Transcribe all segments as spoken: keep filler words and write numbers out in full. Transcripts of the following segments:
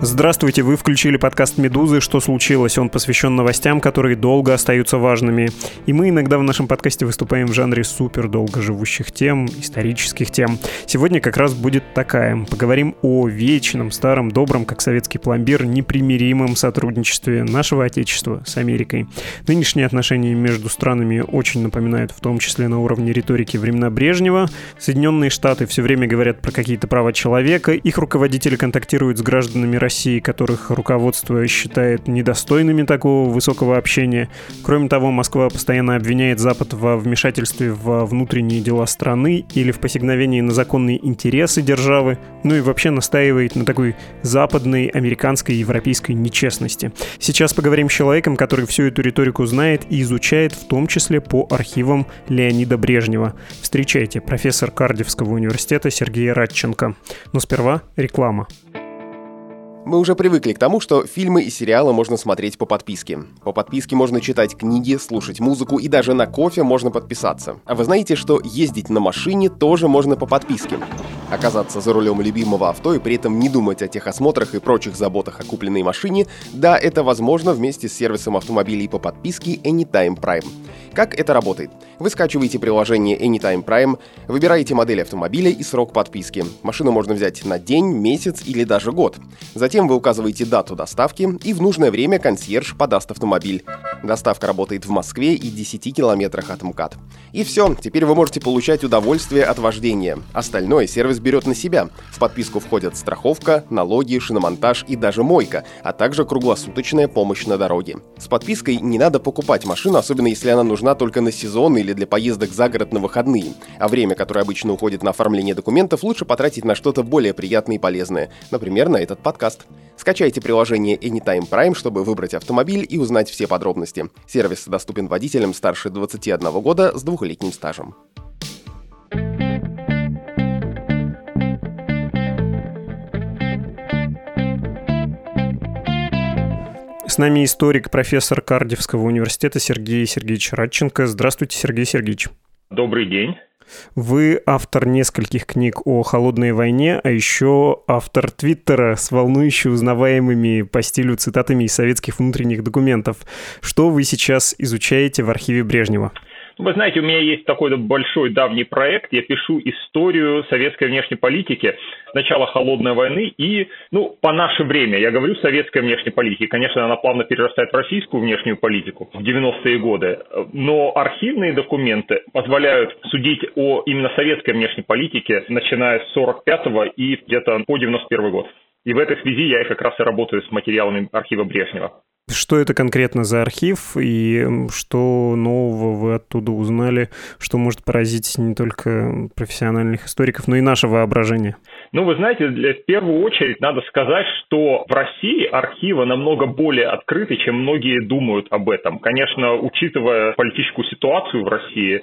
Здравствуйте, вы включили подкаст «Медузы. Что случилось?». Он посвящен новостям, которые долго остаются важными. И мы иногда в нашем подкасте выступаем в жанре супер долго живущих тем, исторических тем. Сегодня как раз будет такая. Поговорим о вечном, старом, добром, как советский пломбир, непримиримом сотрудничестве нашего Отечества с Америкой. Нынешние отношения между странами очень напоминают, в том числе на уровне риторики, времена Брежнева. Соединенные Штаты все время говорят про какие-то права человека, их руководители контактируют с гражданами России, России, которых руководство считает недостойными такого высокого общения. Кроме того, Москва постоянно обвиняет Запад во вмешательстве во внутренние дела страны или в посягновении на законные интересы державы, ну и вообще настаивает на такой западной, американской и европейской нечестности. Сейчас поговорим с человеком, который всю эту риторику знает и изучает, в том числе по архивам Леонида Брежнева. Встречайте, профессор Кардивского университета Сергей Радченко. Но сперва реклама. Мы уже привыкли к тому, что фильмы и сериалы можно смотреть по подписке. По подписке можно читать книги, слушать музыку и даже на кофе можно подписаться. А вы знаете, что ездить на машине тоже можно по подписке? Оказаться за рулем любимого авто и при этом не думать о техосмотрах и прочих заботах о купленной машине, да, это возможно вместе с сервисом автомобилей по подписке Anytime Prime. Как это работает? Вы скачиваете приложение Anytime Prime, выбираете модель автомобиля и срок подписки. Машину можно взять на день, месяц или даже год. Затем вы указываете дату доставки, и в нужное время консьерж подаст автомобиль. Доставка работает в Москве и десяти километрах от МКАД. И все, теперь вы можете получать удовольствие от вождения. Остальное сервис берет на себя. В подписку входят страховка, налоги, шиномонтаж и даже мойка, а также круглосуточная помощь на дороге. С подпиской не надо покупать машину, особенно если она нужна только на сезон или для поездок за город на выходные. А время, которое обычно уходит на оформление документов, лучше потратить на что-то более приятное и полезное. Например, на этот подкаст. Скачайте приложение Anytime Prime, чтобы выбрать автомобиль и узнать все подробности. Сервис доступен водителям старше двадцати одного года с двухлетним стажем. С нами историк, профессор Кардивского университета Сергей Сергеевич Радченко. Здравствуйте, Сергей Сергеевич. Добрый день. Вы автор нескольких книг о холодной войне, а еще автор Твиттера с волнующе узнаваемыми по стилю цитатами из советских внутренних документов. Что вы сейчас изучаете в архиве Брежнева? Вы знаете, у меня есть такой большой давний проект. Я пишу историю советской внешней политики с начала холодной войны и, ну, по наше время. Я говорю советской внешней политики. Конечно, она плавно перерастает в российскую внешнюю политику в девяностые годы. Но архивные документы позволяют судить о именно советской внешней политике, начиная с сорок пятого и где-то по девяносто первый год. И в этой связи я как раз и работаю с материалами архива Брежнева. Что это конкретно за архив и что нового вы оттуда узнали, что может поразить не только профессиональных историков, но и наше воображение? Ну, вы знаете, в первую очередь надо сказать, что в России архивы намного более открыты, чем многие думают об этом. Конечно, учитывая политическую ситуацию в России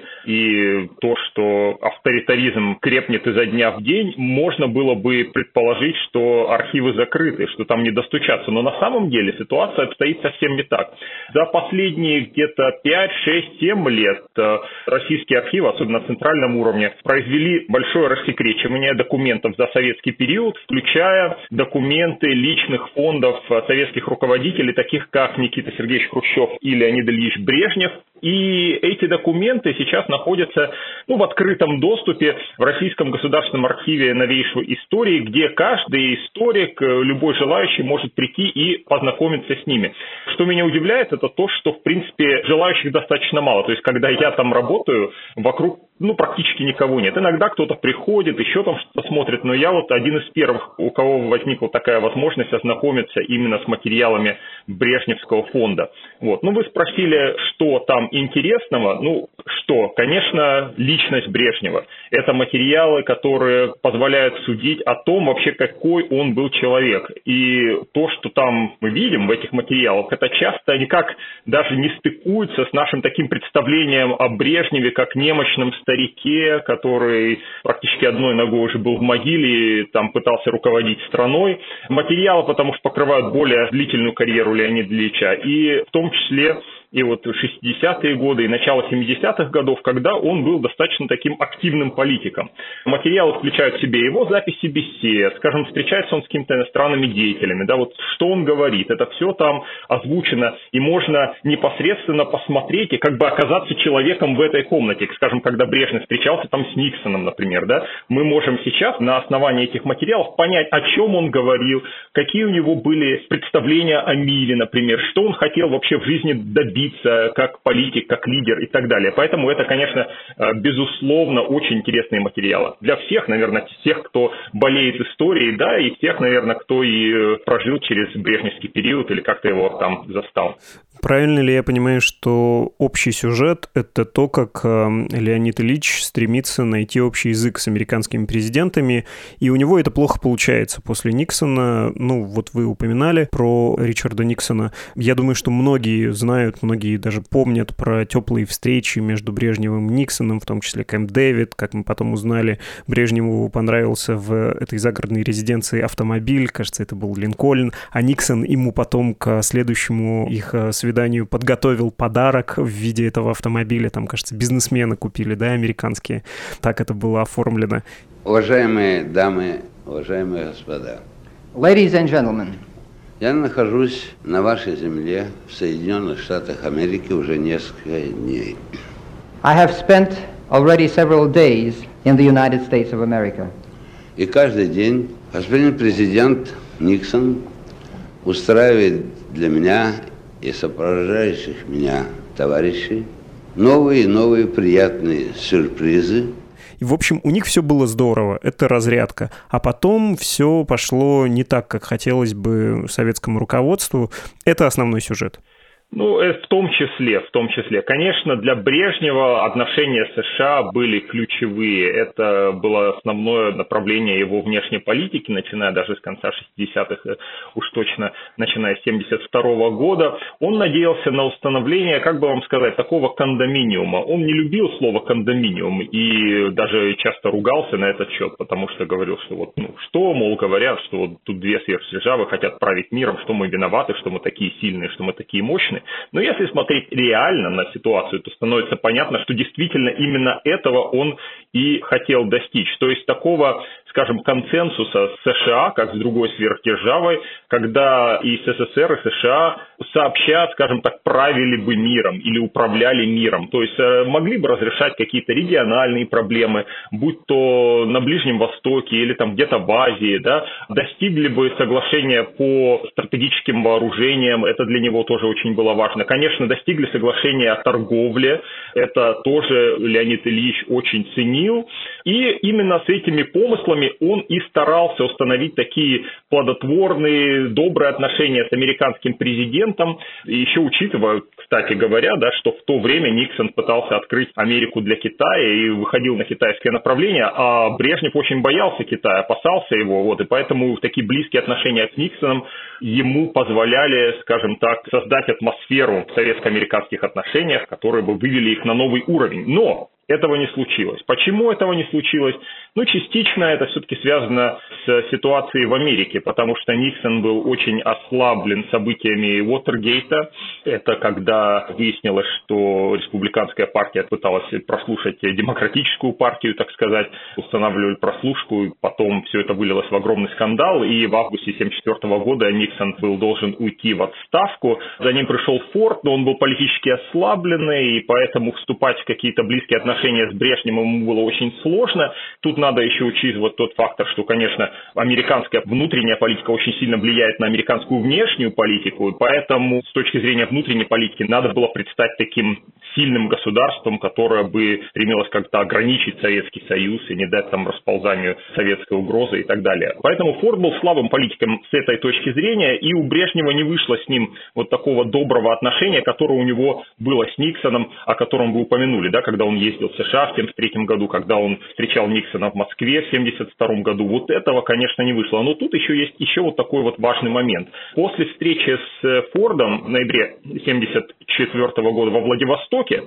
и то, что авторитаризм крепнет изо дня в день, можно было бы предположить, что архивы закрыты, что там не достучаться. Но на самом деле ситуация обстоит совсем не так. За последние где-то пять, шесть, семь лет российские архивы, особенно на центральном уровне, произвели большое рассекречивание документов за советский период, включая документы личных фондов советских руководителей, таких как Никита Сергеевич Хрущев и Леонид Ильич Брежнев. И эти документы сейчас находятся ну, в открытом доступе в Российском государственном архиве новейшей истории, где каждый историк, любой желающий может прийти и познакомиться с ними. Что меня удивляет, это то, что, в принципе, желающих достаточно мало. То есть, когда я там работаю, вокруг ну, практически никого нет. Иногда кто-то приходит, еще там что-то смотрит, но я вот один из первых, у кого возникла такая возможность ознакомиться именно с материалами Брежневского фонда. Вот. Ну, вы спросили, что там интересного. Ну, что? Конечно, личность Брежнева. Это материалы, которые позволяют судить о том, вообще, какой он был человек. И то, что там мы видим в этих материалах, это часто никак даже не стыкуется с нашим таким представлением о Брежневе как немощном старике, который практически одной ногой уже был в могиле и там пытался руководить страной. Материалы, потому что покрывают более длительную карьеру Леонида Ильича, и в том числе и вот шестидесятые годы, и начало семидесятых годов, когда он был достаточно таким активным политиком. Материалы включают в себе его записи бесед, скажем, встречается он с какими-то иностранными деятелями, да, вот что он говорит, это все там озвучено, и можно непосредственно посмотреть и как бы оказаться человеком в этой комнате. Скажем, когда Брежнев встречался там с Никсоном, например, да, мы можем сейчас на основании этих материалов понять, о чем он говорил, какие у него были представления о мире, например, что он хотел вообще в жизни добиться как политик, как лидер и так далее. Поэтому это, конечно, безусловно, очень интересные материалы. Для всех, наверное, тех, кто болеет историей, да, и тех, наверное, кто и прожил через брежневский период или как-то его там застал. Правильно ли я понимаю, что общий сюжет — это то, как Леонид Ильич стремится найти общий язык с американскими президентами, и у него это плохо получается после Никсона? Ну, вот вы упоминали про Ричарда Никсона. Я думаю, что многие знают, многие даже помнят про теплые встречи между Брежневым и Никсоном, в том числе Кэмп Дэвид. Как мы потом узнали, Брежневу понравился в этой загородной резиденции автомобиль, кажется, это был Линкольн, а Никсон ему потом к следующему их свиданию свиданию подготовил подарок в виде этого автомобиля. Там, кажется, бизнесмены купили, да, американские. Так это было оформлено. Уважаемые дамы, уважаемые господа. Ladies and gentlemen. Я нахожусь на вашей земле, в Соединенных Штатах Америки, уже несколько дней. I have spent already several days in the United States of America. И каждый день господин президент Никсон устраивает для меня и сопровождающих меня товарищей новые и новые приятные сюрпризы. И, в общем, у них все было здорово, это разрядка. А потом все пошло не так, как хотелось бы советскому руководству. Это основной сюжет. Ну, в том числе, в том числе. Конечно, для Брежнева отношения с США были ключевые. Это было основное направление его внешней политики, начиная даже с конца шестидесятых, уж точно начиная с семьдесят второго года. Он надеялся на установление, как бы вам сказать, такого кондоминиума. Он не любил слово кондоминиум и даже часто ругался на этот счет, потому что говорил, что вот, ну, что, мол, говорят, что вот тут две сверхдержавы хотят править миром, что мы виноваты, что мы такие сильные, что мы такие мощные. Но если смотреть реально на ситуацию, то становится понятно, что действительно именно этого он и хотел достичь. То есть такого, скажем, консенсуса с США, как с другой сверхдержавой, когда и СССР, и США сообща, скажем так, правили бы миром или управляли миром. То есть могли бы разрешать какие-то региональные проблемы, будь то на Ближнем Востоке или там где-то в Азии, да, достигли бы соглашения по стратегическим вооружениям, это для него тоже очень было важно. Конечно, достигли соглашения о торговле, это тоже Леонид Ильич очень ценил. И именно с этими помыслами он и старался установить такие плодотворные, добрые отношения с американским президентом. И еще учитывая, кстати говоря, да, что в то время Никсон пытался открыть Америку для Китая и выходил на китайское направление, а Брежнев очень боялся Китая, опасался его, вот, и поэтому такие близкие отношения с Никсоном ему позволяли, скажем так, создать атмосферу в советско-американских отношениях, которые бы вывели их на новый уровень. Но этого не случилось. Почему этого не случилось? Ну, частично это все-таки связано с ситуацией в Америке, потому что Никсон был очень ослаблен событиями Уотергейта. Это когда выяснилось, что республиканская партия пыталась прослушать демократическую партию, так сказать, устанавливали прослушку, и потом все это вылилось в огромный скандал, и в августе тысяча девятьсот семьдесят четвёртого года Никсон был должен уйти в отставку. За ним пришел Форд, но он был политически ослабленный, и поэтому вступать в какие-то близкие отношения с Брежневым ему было очень сложно. Тут надо еще учитывать тот фактор, что, конечно, американская внутренняя политика очень сильно влияет на американскую внешнюю политику, и поэтому с точки зрения внутренней политики надо было предстать таким сильным государством, которое бы стремилось как-то ограничить Советский Союз и не дать там расползанию советской угрозы и так далее. Поэтому Форд был слабым политиком с этой точки зрения, и у Брежнева не вышло с ним вот такого доброго отношения, которое у него было с Никсоном, о котором вы упомянули, да, когда он ездил в США в семьдесят третьем году, когда он встречал Никсона в Москве в семьдесят втором году. Вот этого, конечно, не вышло. Но тут еще есть еще вот такой вот важный момент. После встречи с Фордом в ноябре семьдесят тысяча четвёртого года во Владивостоке,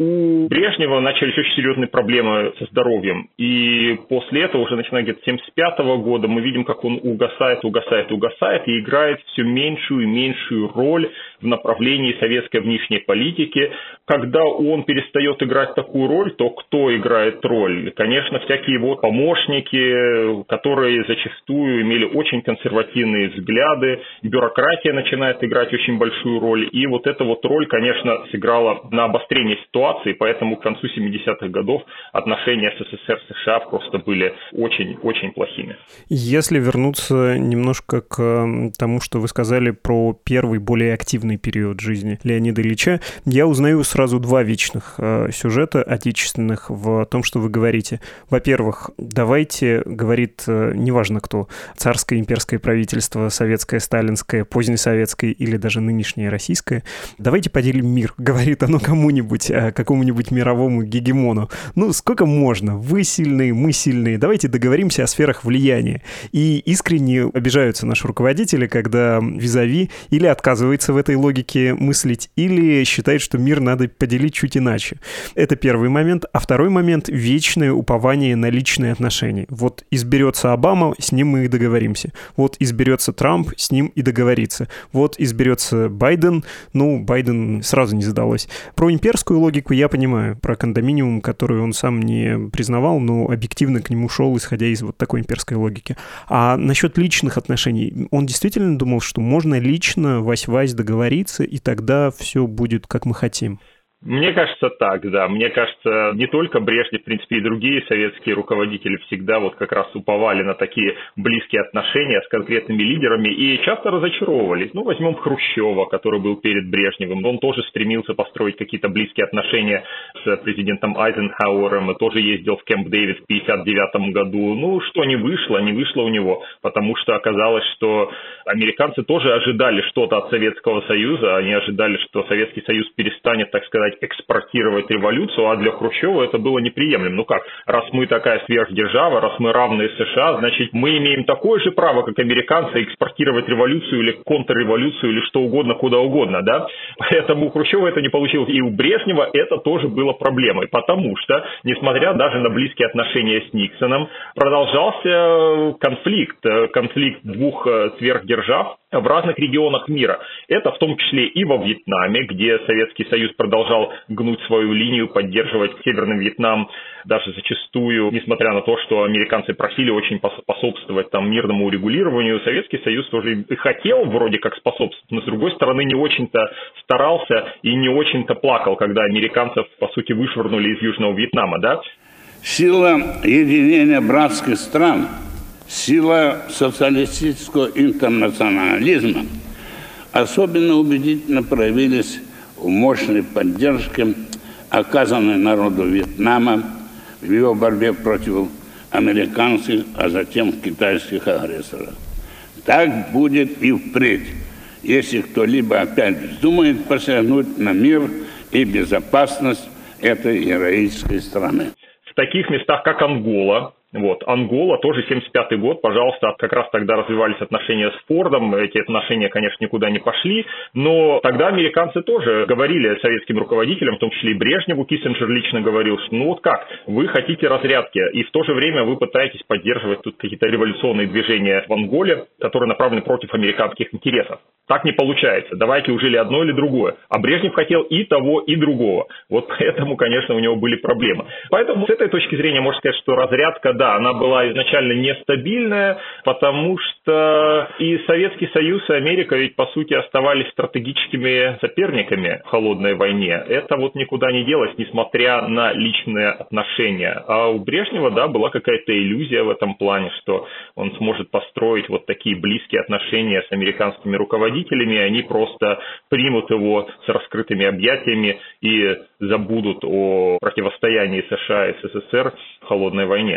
у Брежнева начались очень серьезные проблемы со здоровьем. И после этого, уже начиная где-то с семьдесят пятого года, мы видим, как он угасает, угасает, угасает и играет все меньшую и меньшую роль в направлении советской внешней политики. Когда он перестает играть такую роль, то кто играет роль? Конечно, всякие его помощники, которые зачастую имели очень консервативные взгляды, бюрократия начинает играть очень большую роль, и вот эта вот роль, конечно, сыграла на обострение ситуации, поэтому к концу семидесятых годов отношения СССР с США просто были очень-очень плохими. Если вернуться немножко к тому, что вы сказали про первый, более активный период жизни Леонида Ильича, я узнаю сразу два вечных э, сюжета отечественных в том, что вы говорите. Во-первых, давайте, говорит, э, неважно кто, царское имперское правительство, советское, сталинское, позднесоветское или даже нынешнее российское, давайте поделим мир, говорит оно кому-нибудь, э, какому-нибудь мировому гегемону. Ну, сколько можно? Вы сильные, мы сильные. Давайте договоримся о сферах влияния. И искренне обижаются наши руководители, когда визави или отказывается в этой логике мыслить, или считает, что мир надо поделить чуть иначе. Это первый момент. А второй момент — вечное упование на личные отношения. Вот изберется Обама, с ним мы и договоримся. Вот изберется Трамп, с ним и договориться. Вот изберется Байден, ну, Байден сразу не задалось. Про имперскую логику я понимаю, про кондоминиум, который он сам не признавал, но объективно к нему шел, исходя из вот такой имперской логики. А насчет личных отношений, он действительно думал, что можно лично вась-вась договориться, и тогда все будет, как мы хотим? Мне кажется, так, да. Мне кажется, не только Брежнев, в принципе, и другие советские руководители всегда вот как раз уповали на такие близкие отношения с конкретными лидерами и часто разочаровывались. Ну, возьмем Хрущева, который был перед Брежневым. Он тоже стремился построить какие-то близкие отношения с президентом Айзенхауэром и тоже ездил в Кэмп-Дэвид в пятьдесят девятом году. Ну, что не вышло, не вышло у него, потому что оказалось, что американцы тоже ожидали что-то от Советского Союза. Они ожидали, что Советский Союз перестанет, так сказать, экспортировать революцию, а для Хрущева это было неприемлемо. Ну как, раз мы такая сверхдержава, раз мы равны США, значит, мы имеем такое же право, как американцы, экспортировать революцию или контрреволюцию или что угодно, куда угодно, да? Поэтому у Хрущева это не получилось. И у Брежнева это тоже было проблемой, потому что, несмотря даже на близкие отношения с Никсоном, продолжался конфликт, конфликт двух сверхдержав в разных регионах мира. Это в том числе и во Вьетнаме, где Советский Союз продолжал гнуть свою линию, поддерживать Северный Вьетнам, даже зачастую, несмотря на то, что американцы просили очень способствовать там мирному урегулированию, Советский Союз тоже и хотел вроде как способствовать, но с другой стороны не очень-то старался и не очень-то плакал, когда американцев, по сути, вышвырнули из Южного Вьетнама, да? Сила единения братских стран, сила социалистического интернационализма особенно убедительно проявились в мощной поддержке, оказанной народу Вьетнама в его борьбе против американских, а затем китайских агрессоров. Так будет и впредь, если кто-либо опять вздумает посягнуть на мир и безопасность этой героической страны. В таких местах, как Ангола, Вот. Ангола, тоже семьдесят пятый год, пожалуйста, как раз тогда развивались отношения с Фордом, эти отношения, конечно, никуда не пошли, но тогда американцы тоже говорили советским руководителям, в том числе и Брежневу, Киссинджер лично говорил, что ну вот как, вы хотите разрядки, и в то же время вы пытаетесь поддерживать тут какие-то революционные движения в Анголе, которые направлены против американских интересов. Так не получается. Давайте уже или одно, или другое. А Брежнев хотел и того, и другого. Вот поэтому, конечно, у него были проблемы. Поэтому с этой точки зрения можно сказать, что разрядка, да, она была изначально нестабильная, потому что и Советский Союз, и Америка ведь, по сути, оставались стратегическими соперниками в холодной войне. Это вот никуда не делось, несмотря на личные отношения. А у Брежнева, да, была какая-то иллюзия в этом плане, что он сможет построить вот такие близкие отношения с американскими руководителями, и они просто примут его с раскрытыми объятиями и забудут о противостоянии США и СССР в холодной войне.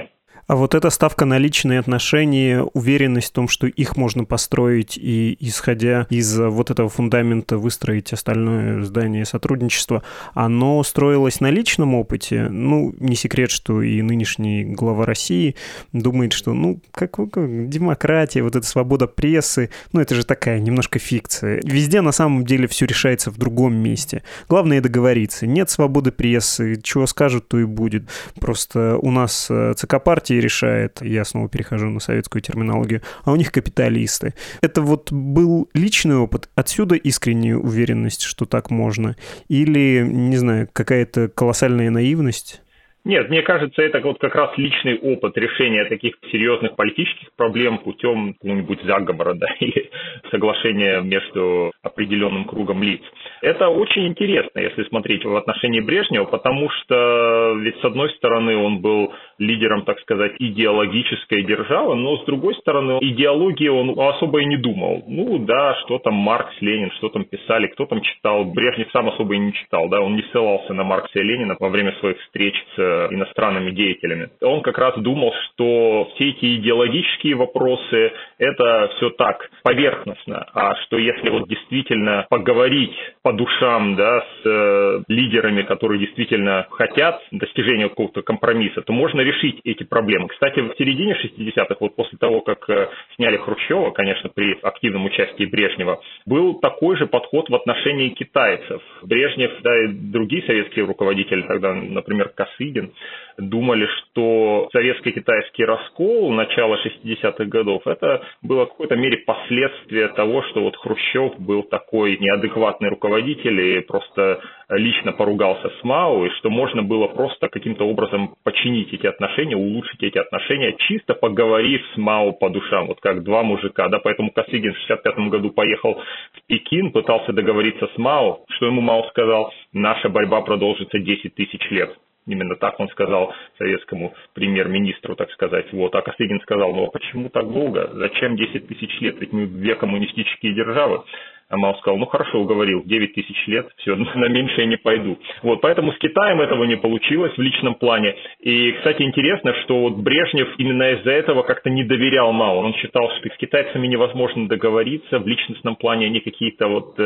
А вот эта ставка на личные отношения, уверенность в том, что их можно построить и, исходя из вот этого фундамента, выстроить остальное здание сотрудничества, оно строилось на личном опыте? Ну, не секрет, что и нынешний глава России думает, что, ну, как, как демократия, вот эта свобода прессы, ну, это же такая немножко фикция. Везде на самом деле все решается в другом месте. Главное договориться. Нет свободы прессы, чего скажут, то и будет. Просто у нас ЦК партии решает, я снова перехожу на советскую терминологию, а у них капиталисты. Это вот был личный опыт, отсюда искренняя уверенность, что так можно? Или, не знаю, какая-то колоссальная наивность? Нет, мне кажется, это вот как раз личный опыт решения таких серьезных политических проблем путем какого-нибудь заговора, да, или соглашения между определенным кругом лиц. Это очень интересно, если смотреть в отношении Брежнева, потому что ведь с одной стороны он был лидером, так сказать, идеологической державы, но с другой стороны идеологии он особо и не думал. Ну да, что там Маркс, Ленин, что там писали, кто там читал. Брежнев сам особо и не читал, да, он не ссылался на Маркса и Ленина во время своих встреч с иностранными деятелями. Он как раз думал, что все эти идеологические вопросы – это все так поверхностно, а что если вот действительно поговорить по душам, да, с э, лидерами, которые действительно хотят достижения какого-то компромисса, то можно решить эти проблемы. Кстати, в середине шестидесятых, вот после того, как э, сняли Хрущева, конечно, при активном участии Брежнева, был такой же подход в отношении китайцев. Брежнев, да, и другие советские руководители, тогда, например, Косыгин, думали, что советско-китайский раскол начала шестидесятых годов это было в какой-то мере последствие того, что вот Хрущев был такой неадекватный руководитель и просто лично поругался с Мао, и что можно было просто каким-то образом починить эти отношения, улучшить эти отношения, чисто поговорив с Мао по душам, вот как два мужика, да, поэтому Косыгин в шестьдесят пятом году поехал в Пекин, пытался договориться с Мао, что ему Мао сказал: наша борьба продолжится десять тысяч лет. Именно так он сказал советскому премьер-министру, так сказать. Вот. А Косыгин сказал: ну а почему так долго? Зачем десять тысяч лет? Ведь мы две коммунистические державы. А Мао сказал: ну хорошо, уговорил, девять тысяч лет, все, на меньшее не пойду. Вот, поэтому с Китаем этого не получилось в личном плане. И, кстати, интересно, что вот Брежнев именно из-за этого как-то не доверял Мао. Он считал, что с китайцами невозможно договориться, в личностном плане они какие-то вот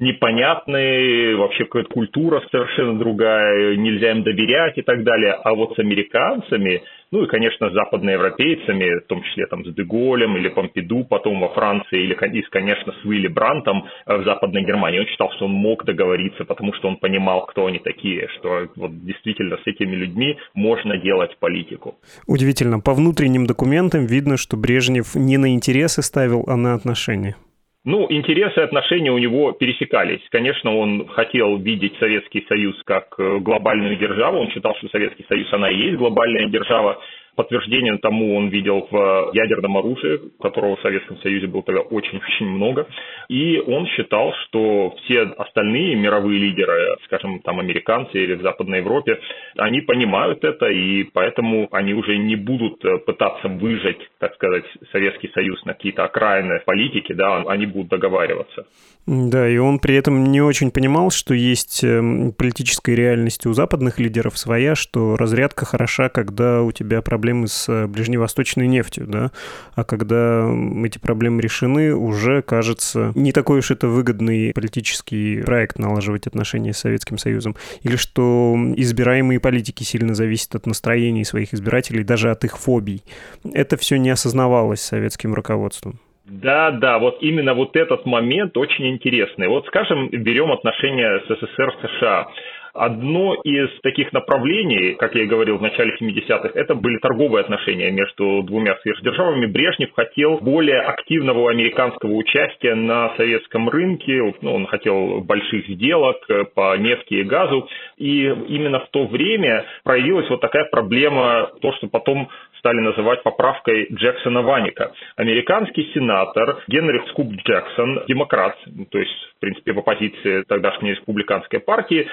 непонятные, вообще какая-то культура совершенно другая, нельзя им доверять и так далее. А вот с американцами, ну и, конечно, с западноевропейцами, в том числе там с де Голлем или Помпиду, потом во Франции, или, конечно, с Уилли Брандтом в Западной Германии. Он считал, что он мог договориться, потому что он понимал, кто они такие, что вот действительно с этими людьми можно делать политику. Удивительно. По внутренним документам видно, что Брежнев не на интересы ставил, а на отношения. Ну, интересы и отношения у него пересекались. Конечно, он хотел видеть Советский Союз как глобальную державу. Он считал, что Советский Союз, она и есть глобальная держава. Подтверждение тому он видел в ядерном оружии, которого в Советском Союзе было тогда очень-очень много. И он считал, что все остальные мировые лидеры, скажем, там американцы или в Западной Европе, они понимают это, и поэтому они уже не будут пытаться выжать, так сказать, Советский Союз на какие-то окраины политики, да, они будут договариваться. Да, и он при этом не очень понимал, что есть политическая реальность у западных лидеров своя, что разрядка хороша, когда у тебя проблемы с ближневосточной нефтью, да, а когда эти проблемы решены, уже кажется не такой уж это выгодный политический проект налаживать отношения с Советским Союзом, или что избираемые политики сильно зависят от настроений своих избирателей, даже от их фобий. Это все не осознавалось советским руководством. Да, да, вот именно вот этот момент очень интересный. Вот, скажем, берем отношения СССР-США. Одно из таких направлений, как я и говорил в начале семидесятых, это были торговые отношения между двумя сверхдержавами. Брежнев хотел более активного американского участия на советском рынке, ну, он хотел больших сделок по нефти и газу. И именно в то время проявилась вот такая проблема, то, что потом стали называть поправкой Джексона-Ваника. Американский сенатор Генри Скуп Джексон, демократ, то есть, в принципе, в оппозиции тогдашней республиканской партии, требовал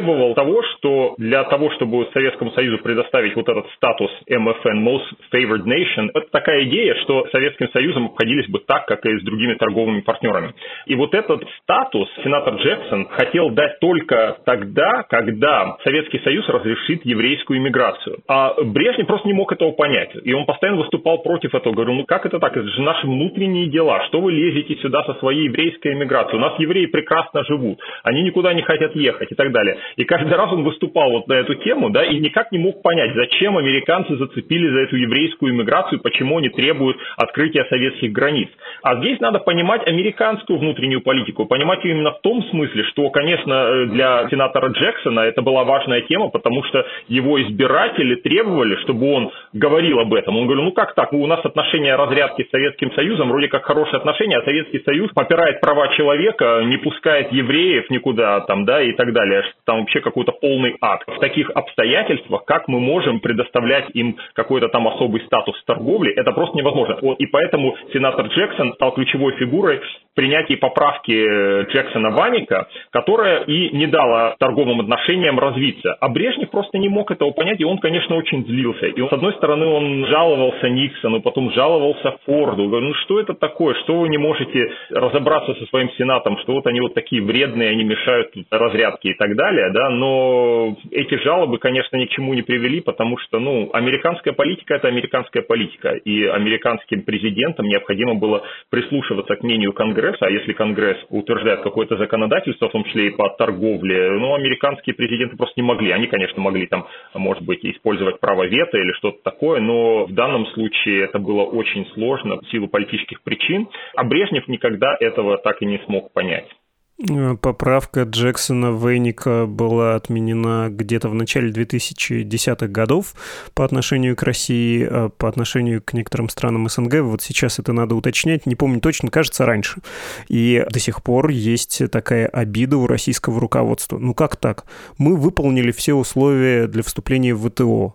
требовал того, что для того, чтобы Советскому Союзу предоставить вот этот статус эм эф эн, Most Favored Nation, это такая идея, что Советским Союзом обходились бы так, как и с другими торговыми партнерами. И вот этот статус сенатор Джексон хотел дать только тогда, когда Советский Союз разрешит еврейскую иммиграцию. А Брежнев просто не мог этого понять. И он постоянно выступал против этого. Говорил, ну как это так? Это же наши внутренние дела. Что вы лезете сюда со своей еврейской иммиграцией? У нас евреи прекрасно живут. Они никуда не хотят ехать и так далее. И каждый раз он выступал вот на эту тему, да, и никак не мог понять, зачем американцы зацепили за эту еврейскую иммиграцию, почему они требуют открытия советских границ. А здесь надо понимать американскую внутреннюю политику, понимать ее именно в том смысле, что, конечно, для сенатора Джексона это была важная тема, потому что его избиратели требовали, чтобы он говорил об этом. Он говорил, ну как так, у нас отношения разрядки с Советским Союзом, вроде как хорошие отношения, а Советский Союз попирает права человека, не пускает евреев никуда, там, да, и так далее. Там вообще какой-то полный ад. В таких обстоятельствах, как мы можем предоставлять им какой-то там особый статус торговли, это просто невозможно. Вот, и поэтому сенатор Джексон стал ключевой фигурой в принятии поправки Джексона-Ваника, которая и не дала торговым отношениям развиться. А Брежнев просто не мог этого понять, и он, конечно, очень злился. И он, с одной стороны, он жаловался Никсону, потом жаловался Форду. Говорил, ну что это такое, что вы не можете разобраться со своим сенатом, что вот они вот такие вредные, они мешают разрядке и так далее, да, но эти жалобы, конечно, ни к чему не привели, потому что, ну, американская политика – это американская политика, и американским президентам необходимо было прислушиваться к мнению Конгресса, а если Конгресс утверждает какое-то законодательство, в том числе и по торговле, ну, американские президенты просто не могли. Они, конечно, могли там, может быть, использовать право вето или что-то такое, но в данном случае это было очень сложно в силу политических причин, а Брежнев никогда этого так и не смог понять. Поправка Джексона-Вейника была отменена где-то в начале две тысячи десятых годов по отношению к России, по отношению к некоторым странам эс эн гэ. Вот сейчас это надо уточнять, не помню точно, кажется, раньше. И до сих пор есть такая обида у российского руководства. Ну как так? Мы выполнили все условия для вступления в вэ тэ о.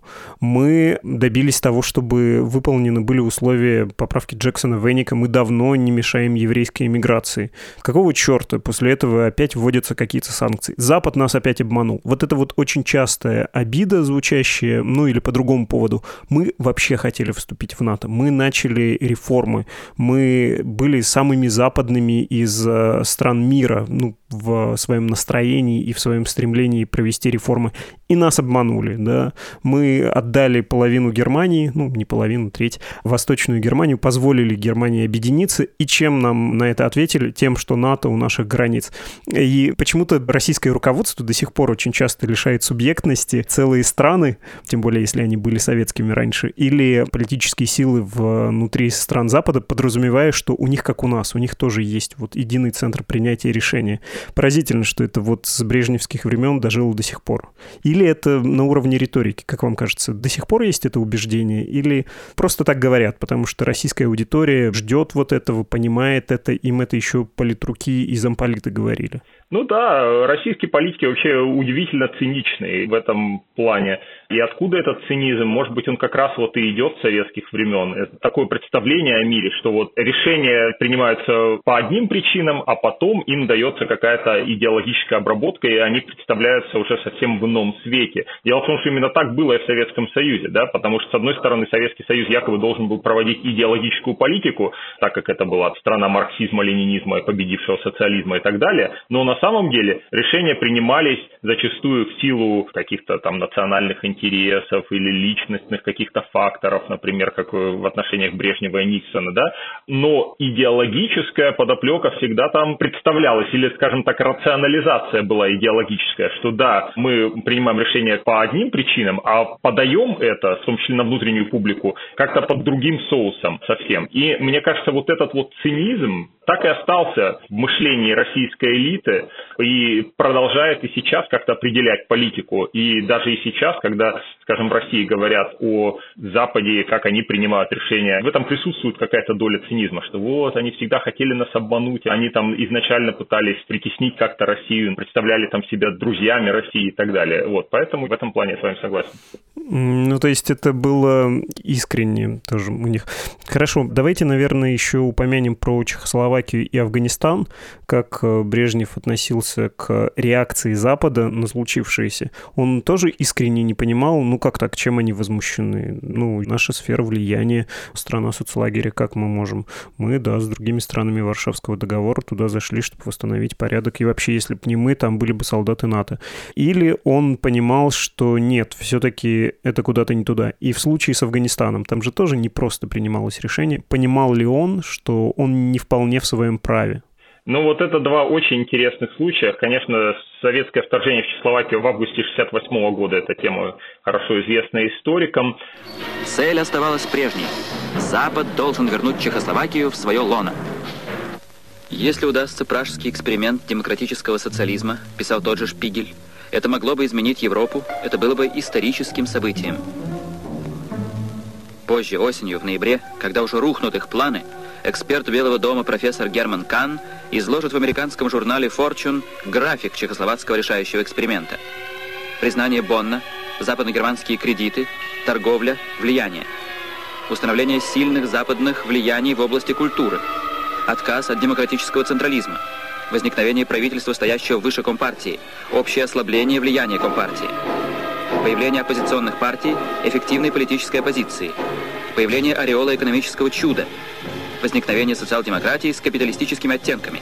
Мы добились того, чтобы выполнены были условия поправки Джексона-Вейника. Мы давно не мешаем еврейской иммиграции. Какого черта после этого опять вводятся какие-то санкции? Запад нас опять обманул. Вот это вот очень частая обида звучащая, ну или по другому поводу. Мы вообще хотели вступить в НАТО. Мы начали реформы. Мы были самыми западными из стран мира, ну, в своем настроении и в своем стремлении провести реформы. И нас обманули, да. Мы отдали половину Германии, ну, не половину, треть, Восточную Германию, позволили Германии объединиться. И чем нам на это ответили? Тем, что НАТО у наших границ. И почему-то российское руководство до сих пор очень часто лишает субъектности целые страны, тем более, если они были советскими раньше, или политические силы внутри стран Запада, подразумевая, что у них, как у нас, у них тоже есть вот единый центр принятия решения. Поразительно, что это вот с брежневских времен дожило до сих пор. Или это на уровне риторики, как вам кажется? До сих пор есть это убеждение? Или просто так говорят, потому что российская аудитория ждет вот этого, понимает это, им это еще политруки и замполиты говорили? Ну да, российские политики вообще удивительно циничные в этом плане. И откуда этот цинизм? Может быть, он как раз вот и идет с советских времен. Это такое представление о мире, что вот решения принимаются по одним причинам, а потом им дается какая-то идеологическая обработка, и они представляются уже совсем в ином свете. Дело в том, что именно так было и в Советском Союзе, да, потому что, с одной стороны, Советский Союз якобы должен был проводить идеологическую политику, так как это была страна марксизма, ленинизма, победившего социализма и так далее, но на самом деле решения принимались зачастую в силу каких-то там национальных интересов или личностных каких-то факторов, например, как в отношениях Брежнева и Никсона, да, но идеологическая подоплека всегда там представлялась, или, скажем так, рационализация была идеологическая, что да, мы принимаем решения по одним причинам, а подаем это, в том числе на внутреннюю публику, как-то под другим соусом совсем. И мне кажется, вот этот вот цинизм так и остался в мышлении российской элиты и продолжает и сейчас как-то определять политику. И даже и сейчас, когда, скажем, в России говорят о Западе, как они принимают решения, в этом присутствует какая-то доля цинизма, что вот, они всегда хотели нас обмануть, они там изначально пытались притеснить как-то Россию, представляли там себя друзьями России и так далее. Вот, поэтому в этом плане я с вами согласен. Ну, то есть это было искренне тоже у них. Хорошо, давайте, наверное, еще упомянем про Чехословакию. Чехословакию и Афганистан, как Брежнев относился к реакции Запада на случившееся, он тоже искренне не понимал, ну как так, чем они возмущены? Ну, наша сфера влияния, страна соцлагеря, как мы можем? Мы, да, с другими странами Варшавского договора туда зашли, чтобы восстановить порядок, и вообще, если бы не мы, там были бы солдаты НАТО. Или он понимал, что нет, все-таки это куда-то не туда. И в случае с Афганистаном, там же тоже не просто принималось решение. Понимал ли он, что он не вполне в своем праве? Ну, вот это два очень интересных случая. Конечно, советское вторжение в Чехословакию в августе шестьдесят восьмого года, эта тема хорошо известна историкам. Цель оставалась прежней. Запад должен вернуть Чехословакию в свое лоно. Если удастся пражский эксперимент демократического социализма, писал тот же Шпигель, это могло бы изменить Европу, это было бы историческим событием. Позже, осенью, в ноябре, когда уже рухнут их планы, эксперт Белого дома профессор Герман Кан изложит в американском журнале Fortune график чехословацкого решающего эксперимента. Признание Бонна, западно-германские кредиты, торговля, влияние. Установление сильных западных влияний в области культуры. Отказ от демократического централизма. Возникновение правительства, стоящего выше Компартии. Общее ослабление влияния Компартии. Появление оппозиционных партий, эффективной политической оппозиции. Появление ореола экономического чуда. Возникновение социал-демократии с капиталистическими оттенками.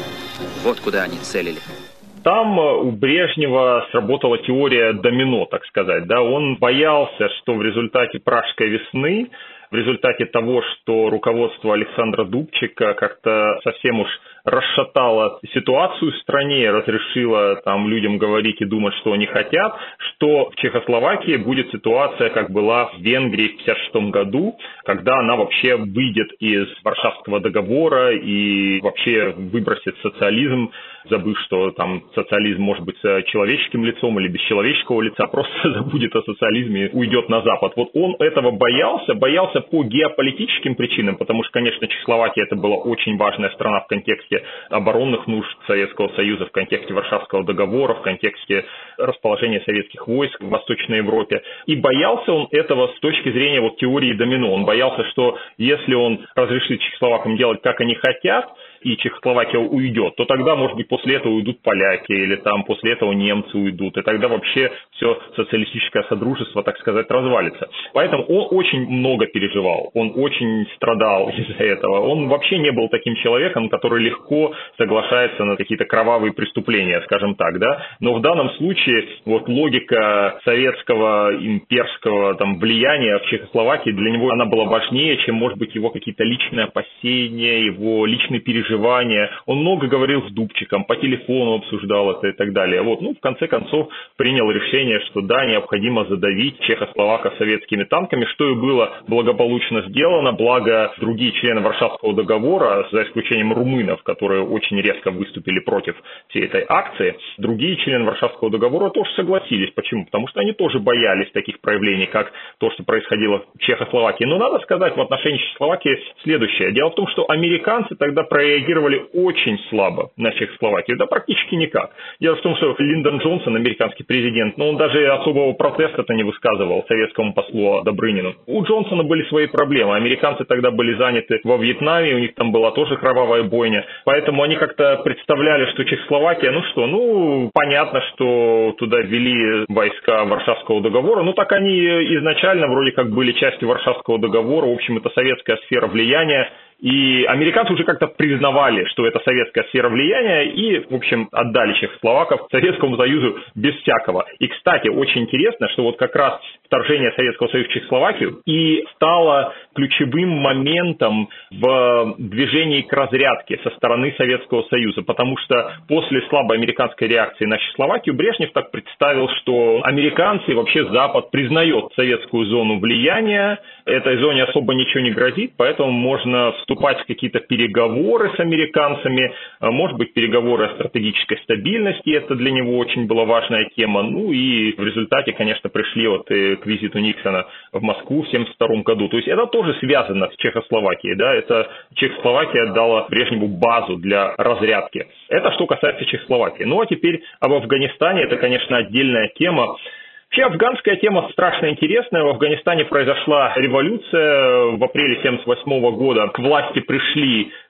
Вот куда они целили. Там у Брежнева сработала теория домино, так сказать. Да? Он боялся, что в результате Пражской весны, в результате того, что руководство Александра Дубчика как-то совсем уж расшатало ситуацию в стране, разрешило там людям говорить и думать, что они хотят, что в Чехословакии будет ситуация, как была в Венгрии в тысяча девятьсот пятьдесят шестом году, когда она вообще выйдет из Варшавского договора и вообще выбросит социализм, забыв, что там социализм может быть с человеческим лицом или без человеческого лица, просто забудет о социализме и уйдет на Запад. Вот он этого боялся, боялся по геополитическим причинам, потому что, конечно, Чехословакия это была очень важная страна в контексте оборонных нужд Советского Союза, в контексте Варшавского договора, в контексте расположения советских войск в Восточной Европе. И боялся он этого с точки зрения вот теории домино. Он боялся, что если он разрешит чехословакам делать, как они хотят, и Чехословакия уйдет, то тогда, может быть, после этого уйдут поляки, или там после этого немцы уйдут, и тогда вообще все социалистическое содружество, так сказать, развалится. Поэтому он очень много переживал, он очень страдал из-за этого. Он вообще не был таким человеком, который легко соглашается на какие-то кровавые преступления, скажем так, да. Но в данном случае вот логика советского имперского там влияния в Чехословакии, для него она была важнее, чем, может быть, его какие-то личные опасения, его личные переживания. Он много говорил с Дубчиком, по телефону обсуждал это и так далее. Вот, ну, в конце концов, принял решение, что да, необходимо задавить чехословаков советскими танками, что и было благополучно сделано, благо другие члены Варшавского договора, за исключением румынов, которые очень резко выступили против всей этой акции, другие члены Варшавского договора тоже согласились. Почему? Потому что они тоже боялись таких проявлений, как то, что происходило в Чехословакии. Но надо сказать в отношении Чехословакии следующее. Дело в том, что американцы тогда проявили реагировали очень слабо на Чехословакию, да практически никак. Дело в том, что Линдон Джонсон, американский президент, ну он даже особого протеста-то не высказывал советскому послу Добрынину. У Джонсона были свои проблемы, американцы тогда были заняты во Вьетнаме, у них там была тоже кровавая бойня, поэтому они как-то представляли, что Чехословакия, ну что, ну понятно, что туда ввели войска Варшавского договора, ну так они изначально вроде как были частью Варшавского договора, в общем это советская сфера влияния. И американцы уже как-то признавали, что это советская сфера влияния и, в общем, отдали чехословаков Советскому Союзу без всякого. И, кстати, очень интересно, что вот как раз вторжение Советского Союза в Чехословакию и стало ключевым моментом в движении к разрядке со стороны Советского Союза, потому что после слабой американской реакции на Чехословакию Брежнев так представил, что американцы и вообще Запад признает советскую зону влияния, этой зоне особо ничего не грозит, поэтому можно вступать в какие-то переговоры с американцами, может быть, переговоры о стратегической стабильности, это для него очень была важная тема, ну и в результате, конечно, пришли вот и к визиту Никсона в Москву в семьдесят втором году, то есть это тоже связано с Чехословакией, да, это Чехословакия дала Брежневу базу для разрядки. Это что касается Чехословакии. Ну а теперь об Афганистане, это, конечно, отдельная тема. Вообще афганская тема страшно интересная. В Афганистане произошла революция. В апреле семьдесят восьмого года к власти пришли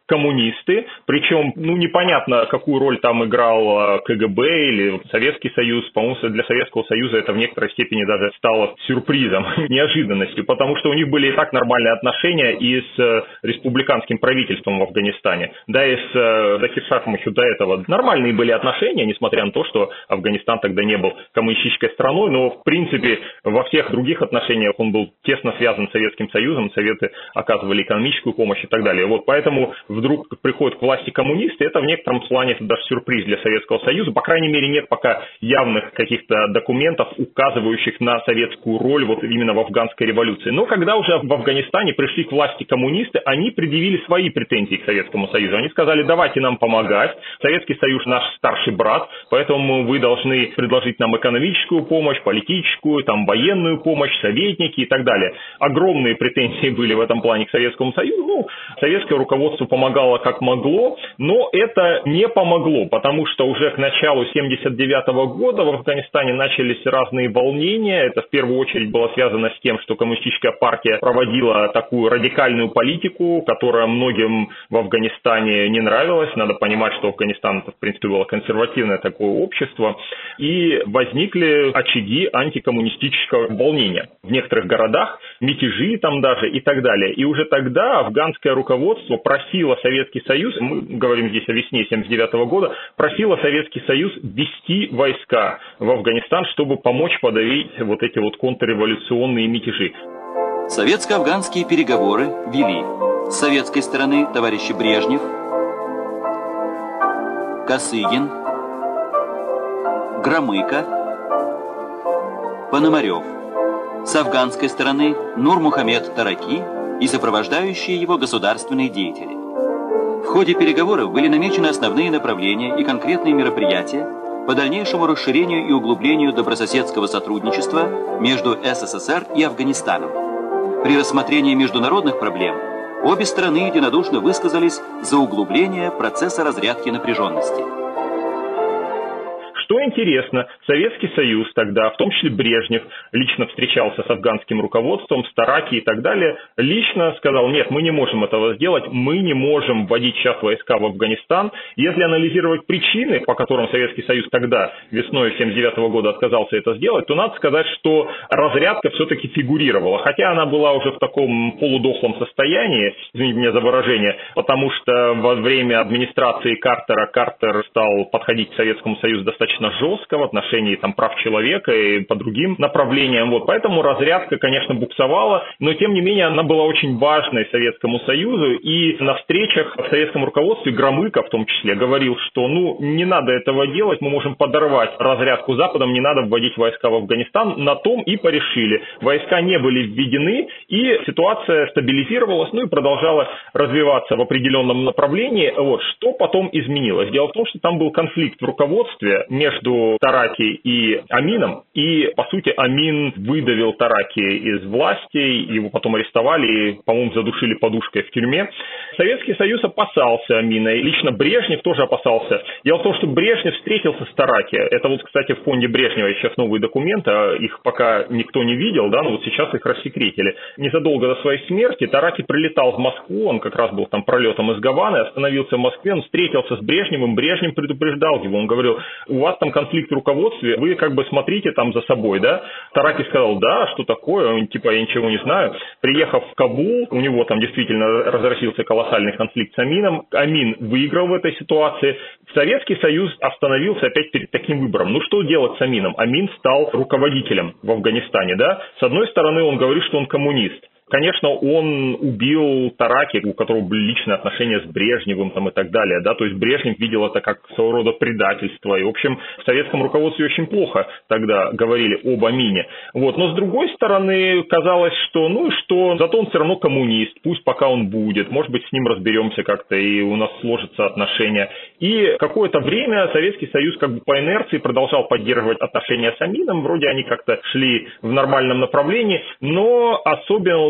коммунисты, причем, ну, непонятно, какую роль там играл КГБ или Советский Союз. По-моему, для Советского Союза это в некоторой степени даже стало сюрпризом, неожиданностью, потому что у них были и так нормальные отношения и с республиканским правительством в Афганистане, да и с Закир Шарифом еще до этого нормальные были отношения, несмотря на то, что Афганистан тогда не был коммунистической страной, но, в принципе, во всех других отношениях он был тесно связан с Советским Союзом, Советы оказывали экономическую помощь и так далее. Вот поэтому вдруг приходят к власти коммунисты, это в некотором плане даже сюрприз для Советского Союза. По крайней мере, нет пока явных каких-то документов, указывающих на советскую роль вот именно в афганской революции. Но когда уже в Афганистане пришли к власти коммунисты, они предъявили свои претензии к Советскому Союзу. Они сказали: давайте нам помогать, Советский Союз наш старший брат, поэтому вы должны предложить нам экономическую помощь, политическую, там, военную помощь, советники и так далее. Огромные претензии были в этом плане к Советскому Союзу. Ну, советское руководство помогало как могло, но это не помогло, потому что уже к началу семьдесят девятого года в Афганистане начались разные волнения. Это в первую очередь было связано с тем, что коммунистическая партия проводила такую радикальную политику, которая многим в Афганистане не нравилась. Надо понимать, что Афганистан, в принципе, было консервативное такое общество. И возникли очаги антикоммунистического волнения. В некоторых городах мятежи там даже и так далее. И уже тогда афганское руководство просило Советский Союз, мы говорим здесь о весне семьдесят девятого года, просило Советский Союз ввести войска в Афганистан, чтобы помочь подавить вот эти вот контрреволюционные мятежи. Советско-афганские переговоры вели с советской стороны товарищи Брежнев, Косыгин, Громыко, Пономарев. С афганской стороны Нурмухамед Тараки и сопровождающие его государственные деятели. В ходе переговоров были намечены основные направления и конкретные мероприятия по дальнейшему расширению и углублению добрососедского сотрудничества между СССР и Афганистаном. При рассмотрении международных проблем обе стороны единодушно высказались за углубление процесса разрядки напряженности. Что интересно, Советский Союз тогда, в том числе Брежнев, лично встречался с афганским руководством, с Тараки и так далее, лично сказал: нет, мы не можем этого сделать, мы не можем вводить сейчас войска в Афганистан. Если анализировать причины, по которым Советский Союз тогда, весной семьдесят девятого года, отказался это сделать, то надо сказать, что разрядка все-таки фигурировала, хотя она была уже в таком полудохлом состоянии, извините меня за выражение, потому что во время администрации Картера Картер стал подходить к Советскому Союзу достаточно жестко в отношении там прав человека и по другим направлениям. Вот. Поэтому разрядка, конечно, буксовала, но тем не менее она была очень важной Советскому Союзу. И на встречах в советском руководстве Громыко в том числе говорил, что ну не надо этого делать, мы можем подорвать разрядку Западом, не надо вводить войска в Афганистан. На том и порешили. Войска не были введены, и ситуация стабилизировалась, ну и продолжала развиваться в определенном направлении. Вот. Что потом изменилось? Дело в том, что там был конфликт в руководстве между Тараки и Амином, и, по сути, Амин выдавил Тараки из власти, его потом арестовали и, по-моему, задушили подушкой в тюрьме. Советский Союз опасался Амина, и лично Брежнев тоже опасался. Дело в том, что Брежнев встретился с Тараки. Это вот, кстати, в фонде Брежнева сейчас новые документы, их пока никто не видел, да, но вот сейчас их рассекретили. Незадолго до своей смерти Тараки прилетал в Москву, он как раз был там пролетом из Гаваны, остановился в Москве, он встретился с Брежневым, Брежнев предупреждал его, он говорил: у вас там конфликт в руководстве, вы как бы смотрите там за собой, да? Тараки сказал: да, что такое, он, типа, я ничего не знаю. Приехав в Кабул, у него там действительно разразился колоссальный конфликт с Амином, Амин выиграл в этой ситуации. Советский Союз остановился опять перед таким выбором. Ну что делать с Амином? Амин стал руководителем в Афганистане, да? С одной стороны, он говорит, что он коммунист. Конечно, он убил Тараки, у которого были личные отношения с Брежневым там, и так далее, да, то есть Брежнев видел это как своего рода предательство, и, в общем, в советском руководстве очень плохо тогда говорили об Амине. Вот. Но, с другой стороны, казалось, что, ну и что, зато он все равно коммунист, пусть пока он будет, может быть, с ним разберемся как-то, и у нас сложатся отношения. И какое-то время Советский Союз как бы по инерции продолжал поддерживать отношения с Амином, вроде они как-то шли в нормальном направлении, но особенно вот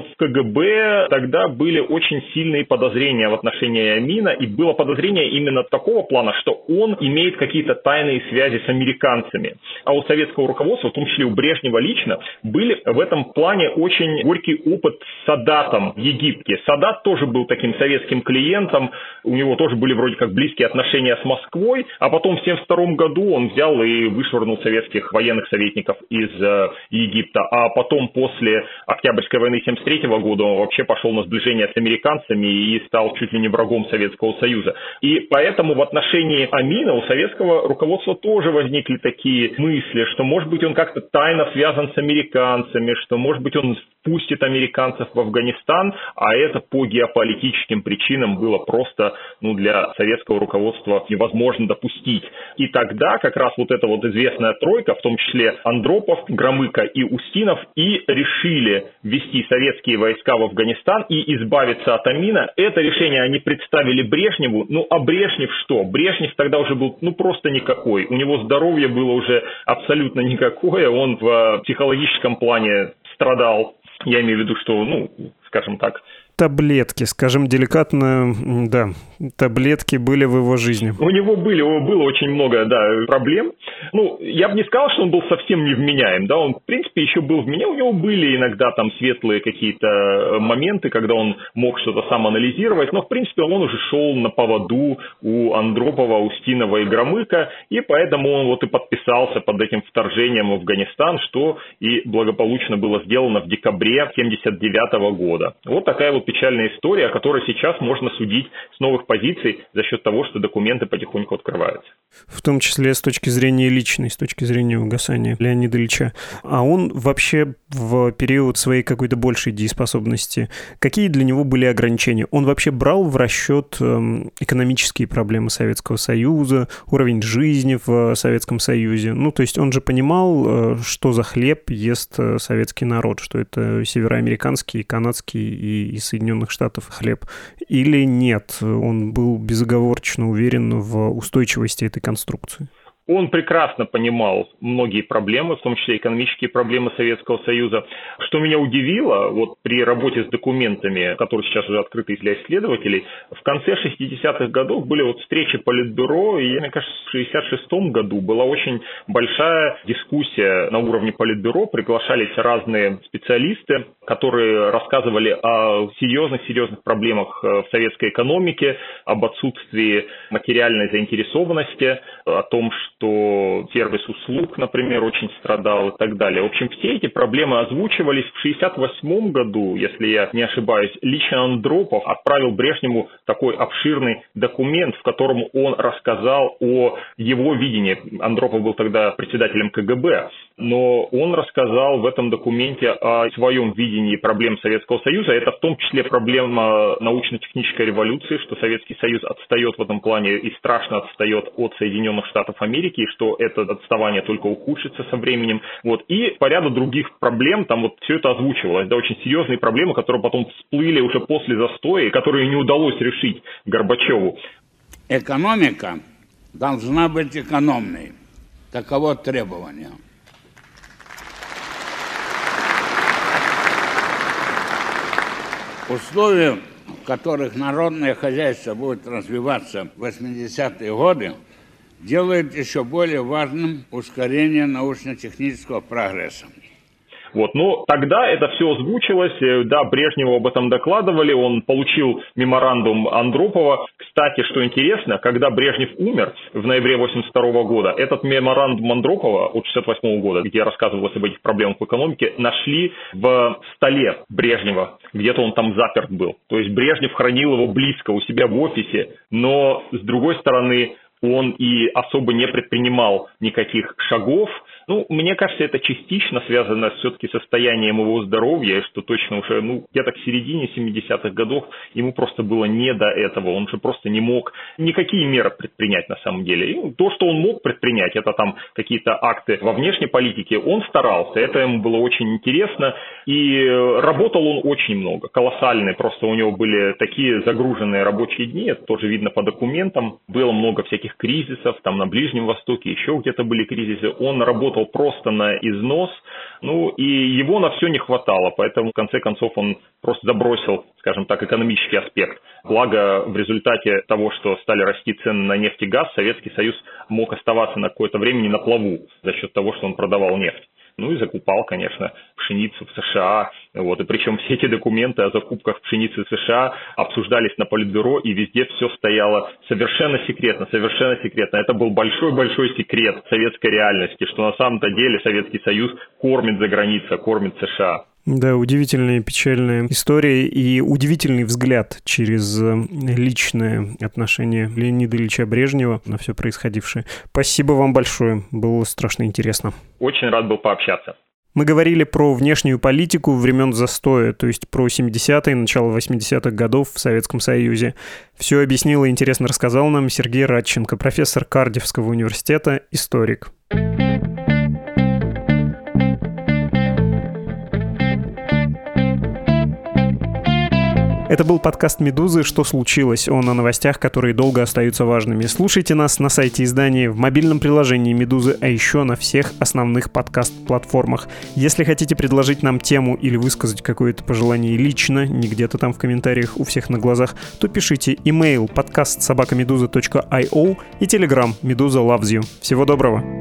в КГБ тогда были очень сильные подозрения в отношении Амина, и было подозрение именно такого плана, что он имеет какие-то тайные связи с американцами. А у советского руководства, в том числе у Брежнева лично, были в этом плане очень горький опыт с Садатом в Египте. Садат тоже был таким советским клиентом, у него тоже были вроде как близкие отношения с Москвой, а потом в семьдесят втором году он взял и вышвырнул советских военных советников из э, Египта, а потом после Октябрьской войны семьдесят третьего года он вообще пошел на сближение с американцами и стал чуть ли не врагом Советского Союза. И поэтому в отношении Амина у советского руководства тоже возникли такие мысли, что может быть он как-то тайно связан с американцами, что может быть он впустит американцев в Афганистан, а это по геополитическим причинам было просто ну, для советского руководства невозможно допустить. И тогда как раз вот эта вот известная тройка, в том числе Андропов, Громыко и Устинов, и решили ввести советские войска в Афганистан и избавиться от Амина. Это решение они представили Брежневу. Ну а Брежнев что? Брежнев тогда уже был ну просто никакой. У него здоровье было уже абсолютно никакое. Он в психологическом плане страдал. Я имею в виду, что, ну, скажем так... Таблетки, скажем деликатно, да, таблетки были в его жизни. У него были, было очень много, да, проблем. Ну, я бы не сказал, что он был совсем невменяем, да, он, в принципе, еще был вменяем, у него были иногда там светлые какие-то моменты, когда он мог что-то сам анализировать, но, в принципе, он уже шел на поводу у Андропова, Устинова и Громыка, и поэтому он вот и подписался под этим вторжением в Афганистан, что и благополучно было сделано в декабре семьдесят девятого года. Вот такая вот печальная история, о которой сейчас можно судить с новых позиций за счет того, что документы потихоньку открываются. В том числе с точки зрения личной, с точки зрения угасания Леонида Ильича. А он вообще в период своей какой-то большей дееспособности, какие для него были ограничения? Он вообще брал в расчет экономические проблемы Советского Союза, уровень жизни в Советском Союзе? Ну, то есть он же понимал, что за хлеб ест советский народ, что это североамериканский, канадский и, и Соединенных Штатов хлеб. Или нет? Он был безоговорочно уверен в устойчивости этой конструкции. Он прекрасно понимал многие проблемы, в том числе экономические проблемы Советского Союза. Что меня удивило, вот при работе с документами, которые сейчас уже открыты для исследователей, в конце шестидесятых годов были вот встречи Политбюро, и, мне кажется, в шестьдесят шестом году была очень большая дискуссия на уровне Политбюро, приглашались разные специалисты, которые рассказывали о серьезных-серьезных проблемах в советской экономике, об отсутствии материальной заинтересованности, о том, что что сервис услуг, например, очень страдал и так далее. В общем, все эти проблемы озвучивались. В шестьдесят восьмом году, если я не ошибаюсь, лично Андропов отправил Брежневу такой обширный документ, в котором он рассказал о его видении. Андропов был тогда председателем КГБ, но он рассказал в этом документе о своем видении проблем Советского Союза. Это в том числе проблема научно-технической революции, что Советский Союз отстает в этом плане и страшно отстает от Соединенных Штатов Америки, и что это отставание только ухудшится со временем. Вот. И по ряду других проблем, там вот все это озвучивалось, да, очень серьезные проблемы, которые потом всплыли уже после застоя, и которые не удалось решить Горбачеву. Экономика должна быть экономной. Таково требование. Условия, в которых народное хозяйство будет развиваться в восьмидесятые годы, делает еще более важным ускорение научно-технического прогресса. Вот, но тогда это все озвучилось, да, Брежневу об этом докладывали, он получил меморандум Андропова. Кстати, что интересно, когда Брежнев умер в ноябре восемьдесят второго года, этот меморандум Андропова от шестьдесят восьмого года, где рассказывалось об этих проблемах в экономике, нашли в столе Брежнева, где-то он там заперт был. То есть Брежнев хранил его близко у себя в офисе, но с другой стороны он и особо не предпринимал никаких шагов. Ну, мне кажется, это частично связано все-таки с состоянием его здоровья, что точно уже, ну, где-то к середине семидесятых годов ему просто было не до этого, он же просто не мог никакие меры предпринять на самом деле. И то, что он мог предпринять, это там какие-то акты во внешней политике, он старался, это ему было очень интересно, и работал он очень много, колоссальные, просто у него были такие загруженные рабочие дни, это тоже видно по документам, было много всяких кризисов, там на Ближнем Востоке еще где-то были кризисы, он работал работал просто на износ, ну и его на все не хватало, поэтому в конце концов он просто забросил, скажем так, экономический аспект. Благо, в результате того, что стали расти цены на нефть и газ, Советский Союз мог оставаться на какое-то время не на плаву за счет того, что он продавал нефть. Ну и закупал, конечно, пшеницу в США. Вот. И причем все эти документы о закупках пшеницы в США обсуждались на Политбюро, и везде все стояло совершенно секретно, совершенно секретно. Это был большой-большой секрет советской реальности, что на самом-то деле Советский Союз кормит за границей, кормит США. Да, удивительная печальная история и удивительный взгляд через личное отношение Леонида Ильича Брежнева на все происходившее. Спасибо вам большое, было страшно интересно. Очень рад был пообщаться. Мы говорили про внешнюю политику времен застоя, то есть про семидесятые, начало восьмидесятых годов в Советском Союзе. Все объяснил и интересно рассказал нам Сергей Радченко, профессор Кардифского университета, историк. Это был подкаст «Медузы. Что случилось?». Он о новостях, которые долго остаются важными. Слушайте нас на сайте издания, в мобильном приложении «Медузы», а еще на всех основных подкаст-платформах. Если хотите предложить нам тему или высказать какое-то пожелание лично, не где-то там в комментариях у всех на глазах, то пишите имейл подкаст собака медуза точка ай о и телеграм «Медуза loves you». Всего доброго!